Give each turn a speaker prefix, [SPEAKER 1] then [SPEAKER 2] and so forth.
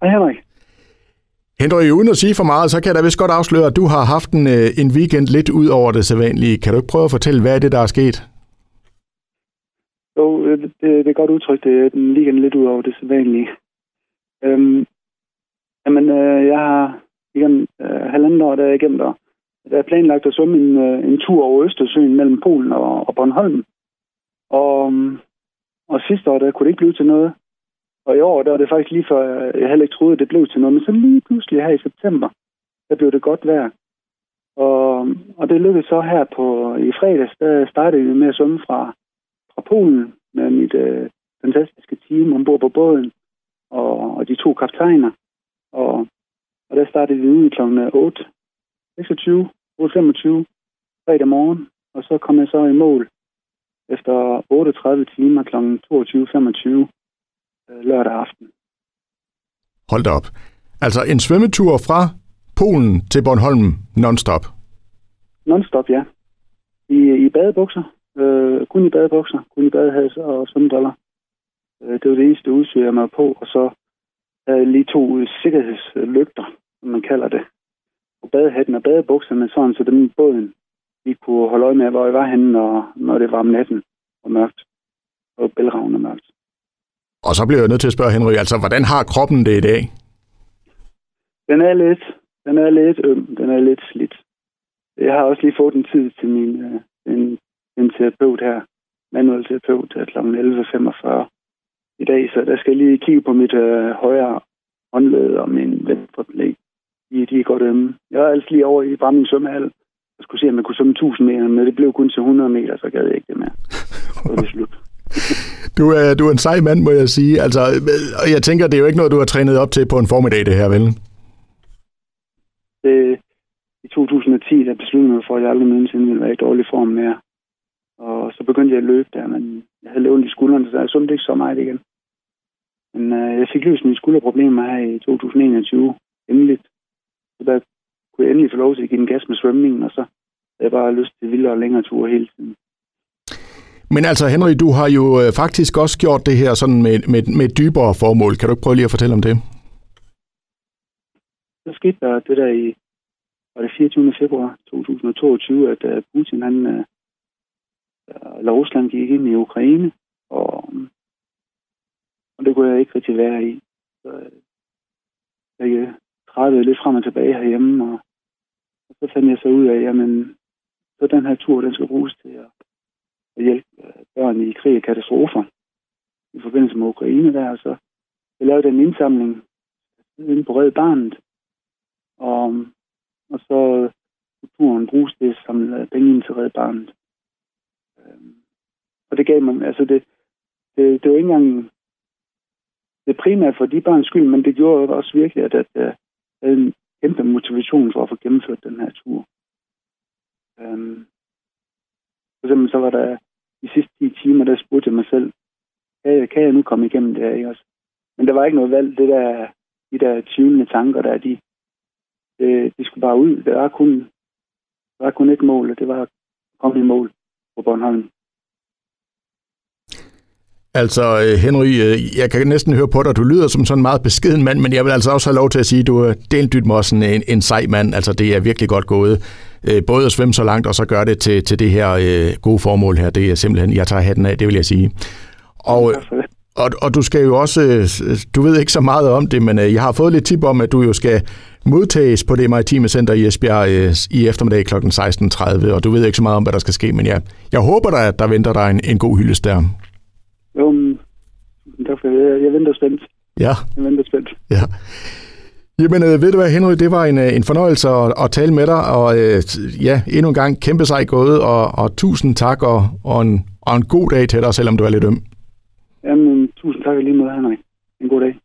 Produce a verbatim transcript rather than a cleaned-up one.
[SPEAKER 1] Hej Henrik.
[SPEAKER 2] Henrik, uden at sige for meget, så kan jeg da vist godt afsløre, at du har haft en, en weekend lidt ud over det sædvanlige. Kan du ikke prøve at fortælle, hvad er det, der er sket?
[SPEAKER 1] Jo, det, det er godt udtrykt. Det er en weekend lidt ud over det sædvanlige. Øhm, jamen, øh, jeg har igen øh, halvandet år, der er igennem der. Der er planlagt at svømme en, øh, en tur over Østersøen mellem Polen og, og Bornholm. Og, og sidste år, der kunne det ikke blive til noget. Og i år, der var det faktisk lige før, jeg heller ikke troede, at det blev til noget. Men så lige pludselig her i september, der blev det godt vejr. Og, og det lykkedes så her på i fredags, der startede vi med at svømme fra, fra Polen med mit øh, fantastiske team ombord på båden og, og de to kaptajner. Og, og der startede vi ud klokken otte seksogtyve, otte femogtyve fredag morgen. Og så kom jeg så i mål efter otteogtredive timer klokken toogtyve femogtyve lørdag aften.
[SPEAKER 2] Hold da op. Altså en svømmetur fra Polen til Bornholm non-stop?
[SPEAKER 1] Non-stop, ja. I, i badebukser. Øh, kun i badebukser. Kun i badehals og svømmebriller. Øh, det var det eneste udstyr, jeg var på. Og så havde jeg lige to sikkerhedslygter, som man kalder det. På badehatten og badebukserne, sådan så dem båden vi kunne holde øje med, hvor jeg var henne, når, når det var om natten og mørkt. Og bælragende mørkt.
[SPEAKER 2] Og så bliver jeg nødt til at spørge Henrik, altså hvordan har kroppen det i dag?
[SPEAKER 1] Den er lidt, den er lidt øm, den er lidt slidt. Jeg har også lige fået en tid til min øh, en, en terapeut her, manuel terapeut, til klokken elleve femogfyrre i dag, så der skal jeg lige kigge på mit øh, højre håndled og min venstre belæg. De, de er godt ømme. Jeg er altså lige over i Bramming svømmehal. Jeg skulle se, om jeg kunne svømme tusind meter, men det blev kun til hundrede meter, så gad jeg ikke det mere. Så er det slut.
[SPEAKER 2] Du er, du er en sej mand, må jeg sige. Altså, jeg tænker, det er jo ikke noget, du har trænet op til på en formiddag, det her, vel?
[SPEAKER 1] Det, I to tusind og ti, der besluttede jeg mig for, at jeg aldrig nogensinde ville være i dårlig form mere. Og så begyndte jeg at løbe der, men jeg havde ondt i skuldrene, så jeg svømte ikke så meget igen. Men øh, jeg fik løst mine skulderproblemer her i to tusind og enogtyve, endeligt. Så der kunne jeg endelig få lov til at give en gas med svømningen, og så havde jeg bare lyst til vildere og længere ture hele tiden.
[SPEAKER 2] Men altså, Henrik, du har jo faktisk også gjort det her sådan med, med, med et dybere formål. Kan du ikke prøve lige at fortælle om det?
[SPEAKER 1] Så skete der det der i var det fireogtyvende februar to tusind og toogtyve, at Putin, han uh, eller Rusland gik ind i Ukraine, og, og det kunne jeg ikke rigtig være i. Så jeg trættede lidt frem og tilbage herhjemme, og, og så fandt jeg så ud af, jamen, så den her tur, den skal bruges til at at hjælpe børn i krig og katastrofer i forbindelse med Ukraine der. Så jeg lavede en indsamling inde på Red Barnet, og, og så turen bruges til at samle penge ind til Red Barnet. Og det gav mig, altså det, det, det var ikke engang det primært for de børns skyld, men det gjorde også virkelig, at, at jeg havde en kæmpe motivation for at få gennemført den her tur. Um, For eksempel så var der de sidste ti timer, der spurgte jeg mig selv, kan jeg, kan jeg nu komme igennem det her, ikke også? Men der var ikke noget valg. Det der, de der tvivlende tanker der, de, de, de skulle bare ud. Det var kun, det var kun et mål, og det var at komme i mål på Bornholm.
[SPEAKER 2] Altså, Henry, jeg kan næsten høre på dig, du lyder som sådan en meget beskeden mand, men jeg vil altså også have lov til at sige, at du er deldybt mig også en, en sej mand. Altså, det er virkelig godt gået. Både at svømme så langt, og så gøre det til, til det her øh, gode formål her. Det er simpelthen, jeg tager hatten af, det vil jeg sige. Og, og, og du skal jo også, du ved ikke så meget om det, men jeg har fået lidt tip om, at du jo skal modtages på det maritime center i Esbjerg øh, i eftermiddag klokken seksten tredive, og du ved ikke så meget om, hvad der skal ske, men jeg, jeg håber da, at der venter dig en, en god hyldest der.
[SPEAKER 1] Jo, derfor, jeg, jeg venter spændt.
[SPEAKER 2] Ja.
[SPEAKER 1] Jeg venter spændt.
[SPEAKER 2] Ja. Jamen, ved du hvad, Henry, det var en, en fornøjelse at, at tale med dig, og øh, ja, endnu en gang kæmpe sej gået, og, og tusind tak, og, og, en, og en god dag til dig, selvom du er lidt øm.
[SPEAKER 1] Jamen, tusind tak lige måde, Henrik. En god dag.